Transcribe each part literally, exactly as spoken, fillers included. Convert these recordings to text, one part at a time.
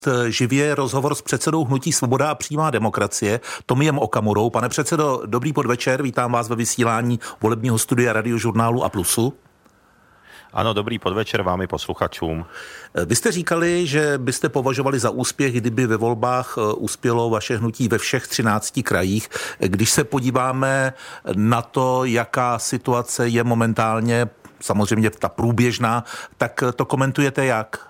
živě rozhovor s předsedou hnutí Svoboda a přímá demokracie Tomiem Okamurou. Pane předsedo, dobrý podvečer, vítám vás ve vysílání volebního studia Radiožurnálu A Plusu. Ano, dobrý podvečer vám i posluchačům. Vy jste říkali, že byste považovali za úspěch, kdyby ve volbách uspělo vaše hnutí ve všech třinácti krajích. Když se podíváme na to, jaká situace je momentálně, samozřejmě ta průběžná, tak to komentujete jak?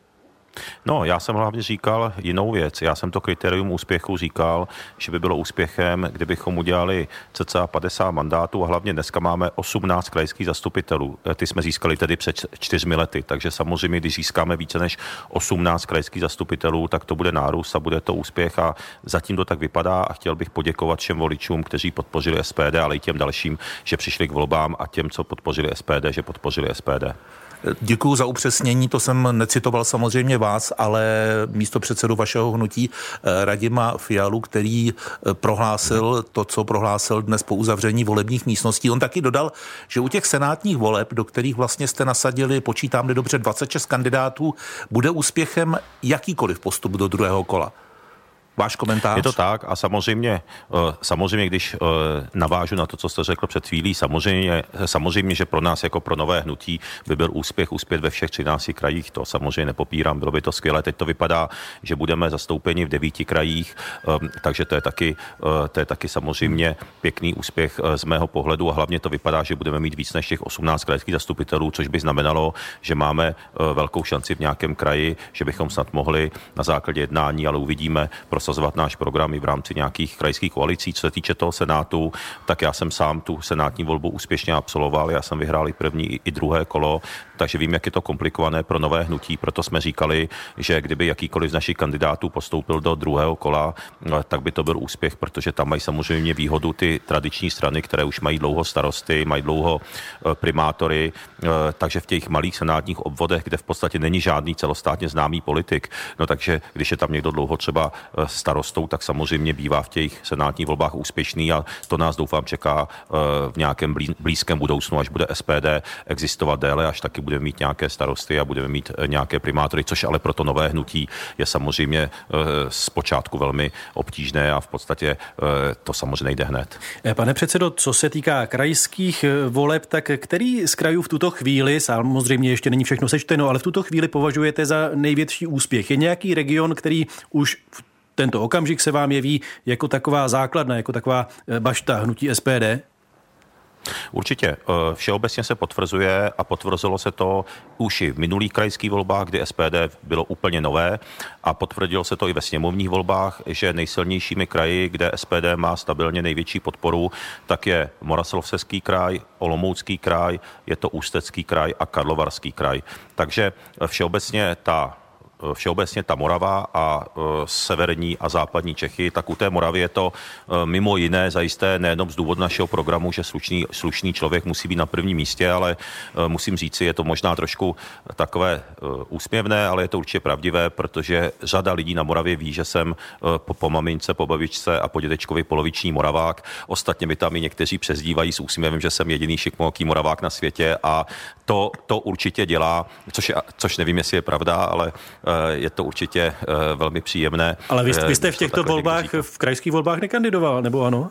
No, já jsem hlavně říkal jinou věc. Já jsem to kritérium úspěchu říkal, že by bylo úspěchem, kdybychom udělali cca padesát mandátů a hlavně dneska máme osmnáct krajských zastupitelů. Ty jsme získali tedy před čtyřmi lety, takže samozřejmě, když získáme více než osmnáct krajských zastupitelů, tak to bude nárůst a bude to úspěch a zatím to tak vypadá a chtěl bych poděkovat všem voličům, kteří podpořili S P D, ale i těm dalším, že přišli k volbám a těm, co podpořili S P D, že podpořili S P D. Děkuju za upřesnění, to jsem necitoval samozřejmě vás, ale místopředsedu vašeho hnutí Radima Fialu, který prohlásil to, co prohlásil dnes po uzavření volebních místností. On taky dodal, že u těch senátních voleb, do kterých vlastně jste nasadili, počítám-li dobře, dvacet šest kandidátů, bude úspěchem jakýkoliv postup do druhého kola. Váš komentář? Je to tak a samozřejmě, samozřejmě, když navážu na to, co jste řekl před chvílí, samozřejmě, samozřejmě, že pro nás jako pro nové hnutí by byl úspěch uspět ve všech třinácti krajích, to samozřejmě nepopírám, bylo by to skvělé. Teď to vypadá, že budeme zastoupeni v devíti krajích, takže to je taky, to je taky samozřejmě pěkný úspěch z mého pohledu a hlavně to vypadá, že budeme mít víc než těch osmnáct krajských zastupitelů, což by znamenalo, že máme velkou šanci v nějakém kraji, že bychom snad mohli na základě jednání, ale uvidíme, prosazovat náš program i v rámci nějakých krajských koalicí. Co se týče toho Senátu, tak já jsem sám tu senátní volbu úspěšně absolvoval. Já jsem vyhrál i první i druhé kolo, takže vím, jak je to komplikované pro nové hnutí. Proto jsme říkali, že kdyby jakýkoliv z našich kandidátů postoupil do druhého kola, tak by to byl úspěch, protože tam mají samozřejmě výhodu ty tradiční strany, které už mají dlouho starosty, mají dlouho primátory, takže v těch malých senátních obvodech, kde v podstatě není žádný celostátně známý politik, no takže když je tam někdo dlouho třeba starostou, tak samozřejmě bývá v těch senátních volbách úspěšný a to nás doufám čeká v nějakém blízkém budoucnu, až bude S P D existovat déle, až taky budeme mít nějaké starosty a budeme mít nějaké primátory, což ale pro to nové hnutí je samozřejmě zpočátku velmi obtížné a v podstatě to samozřejmě nejde hned. Pane předsedo, co se týká krajských voleb, tak který z krajů v tuto chvíli, samozřejmě ještě není všechno sečteno, ale v tuto chvíli považujete za největší úspěch? Je nějaký region, který už v tento okamžik se vám jeví jako taková základna, jako taková bašta hnutí S P D? Určitě. Všeobecně se potvrzuje a potvrzilo se to už i v minulých krajských volbách, kdy S P D bylo úplně nové a potvrdilo se to i ve sněmovních volbách, že nejsilnějšími kraji, kde S P D má stabilně největší podporu, tak je Moravskoslezský kraj, Olomoucký kraj, je to Ústecký kraj a Karlovarský kraj. Takže všeobecně ta Všeobecně ta Morava a e, severní a západní Čechy, tak u té Moravy je to e, mimo jiné zajisté nejenom z důvodu našeho programu, že slušný, slušný člověk musí být na prvním místě, ale e, musím říci, je to možná trošku takové e, úsměvné, ale je to určitě pravdivé, protože řada lidí na Moravě ví, že jsem e, po, po mamince, po babičce a po dědečkovi poloviční Moravák. Ostatně mi tam i někteří přezdívají s úsměvem, že jsem jediný šikmoký Moravák na světě a to, to určitě dělá, což, je, což nevím, jestli je pravda, ale je to určitě velmi příjemné. Ale vy, vy jste v těchto volbách, v krajských volbách nekandidoval, nebo ano?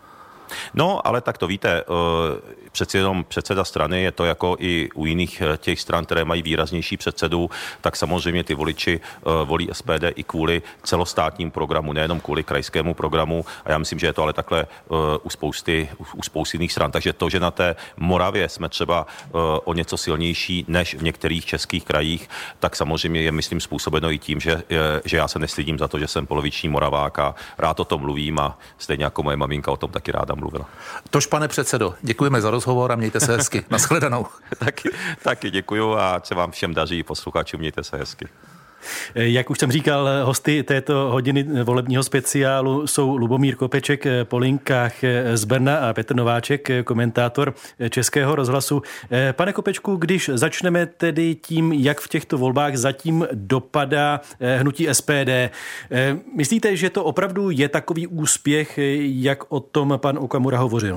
No, ale tak to víte, přeci jenom předseda strany je to jako i u jiných těch stran, které mají výraznější předsedu, tak samozřejmě ty voliči volí S P D i kvůli celostátním programu, nejenom kvůli krajskému programu a já myslím, že je to ale takhle u spousty, u spousty jiných stran. Takže to, že na té Moravě jsme třeba o něco silnější než v některých českých krajích, tak samozřejmě je, myslím, způsobeno i tím, že, že já se nestydím za to, že jsem poloviční Moravák a rád o tom mluvím a stejně jako moje maminka o tom taky ráda mluvila. Tož, pane předsedo, děkujeme za rozhovor a mějte se hezky. Nashledanou. taky, taky děkuju a se vám všem daří, posluchačům, mějte se hezky. Jak už jsem říkal, hosty této hodiny volebního speciálu jsou Lubomír Kopeček po linkách z Brna a Petr Nováček, komentátor Českého rozhlasu. Pane Kopečku, když začneme tedy tím, jak v těchto volbách zatím dopadá hnutí S P D, myslíte, že to opravdu je takový úspěch, jak o tom pan Okamura hovořil?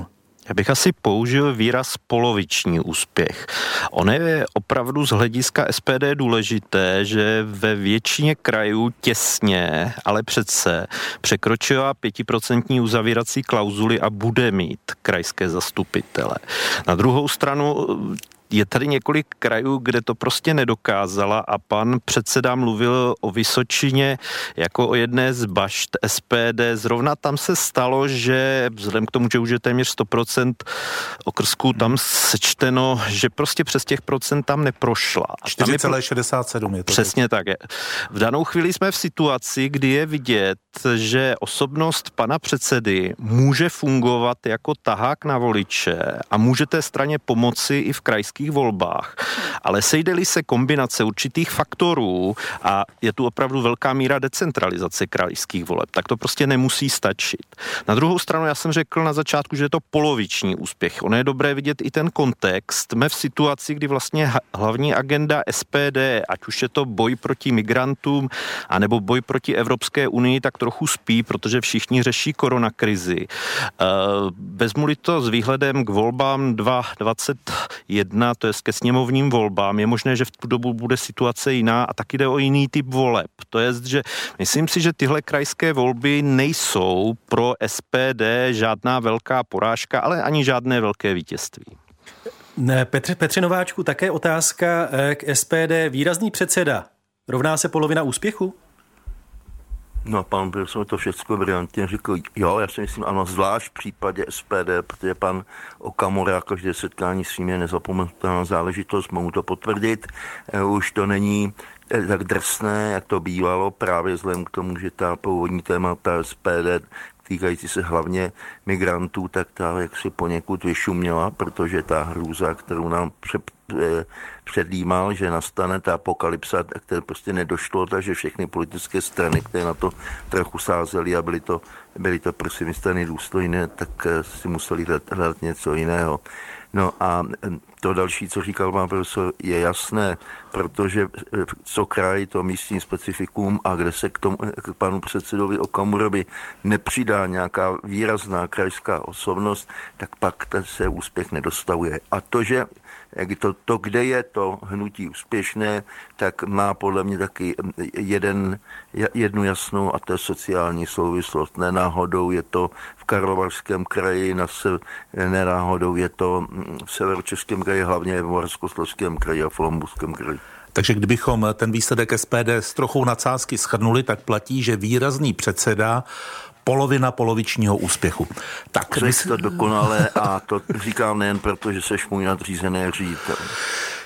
Já bych asi použil výraz poloviční úspěch. Ono je opravdu z hlediska S P D důležité, že ve většině krajů těsně, ale přece překročila pětiprocentní uzavírací klauzuly a bude mít krajské zastupitele. Na druhou stranu je tady několik krajů, kde to prostě nedokázala a pan předseda mluvil o Vysočině jako o jedné z bašt S P D. Zrovna tam se stalo, že vzhledem k tomu, že už je téměř sto procent okrsků tam sečteno, že prostě přes těch procent tam neprošla. čtyři celá šedesát sedm je to. Přesně tak. Je. V danou chvíli jsme v situaci, kdy je vidět, že osobnost pana předsedy může fungovat jako tahák na voliče a může té straně pomoci i v krajských volbách. Ale sejde-li se kombinace určitých faktorů a je tu opravdu velká míra decentralizace krajských voleb, tak to prostě nemusí stačit. Na druhou stranu já jsem řekl na začátku, že je to poloviční úspěch. Ono je dobré vidět i ten kontext. Jsme v situaci, kdy vlastně hlavní agenda S P D, ať už je to boj proti migrantům, anebo boj proti Evropské unii, tak trochu spí, protože všichni řeší koronakrizi. Vezmu-li to s výhledem k volbám dva tisíce dvacet jedna, to je ke sněmovním volbám, je možné, že v tu dobu bude situace jiná a taky jde o jiný typ voleb. To je, že myslím si, že tyhle krajské volby nejsou pro S P D žádná velká porážka, ale ani žádné velké vítězství. Petře, Petře Nováčku, také otázka k S P D. Výrazný předseda rovná se polovina úspěchu? No, pan profesor to všechno brilantně řekl, jo, já si myslím, ano, zvlášť v případě S P D, protože pan Okamura každé setkání s ním je nezapomenutelná záležitost, mohu to potvrdit, už to není tak drsné, jak to bývalo, právě vzhledem k tomu, že ta původní témata S P D týkající se hlavně migrantů, tak ta jaksi poněkud vyšuměla, protože ta hrůza, kterou nám před, eh, předjímal, že nastane ta apokalypsa, které prostě nedošlo, takže všechny politické strany, které na to trochu sázely a byly to, byly to prosím strany důstojné, tak eh, si museli hledat něco jiného. No a to další, co říkal pan profesor, je jasné, protože co kraj, to místní specifikum a kde se k tomu k panu předsedovi Okamurovi nepřidá nějaká výrazná krajská osobnost, tak pak se úspěch nedostavuje. A to, že to, to, kde je to hnutí úspěšné, tak má podle mě taky jeden, jednu jasnou a to je sociální souvislost. Nenáhodou je to v Karlovarském kraji, na se, nenáhodou je to v Severočeském kraji, hlavně v Moravskoslezském kraji a v Olomouckém kraji. Takže kdybychom ten výsledek S P D s trochou nadsázky shrnuli, tak platí, že výrazný předseda polovina polovičního úspěchu. Tak Řekl to dokonale a to říkám nejen proto, že seš můj nadřízený ředitel.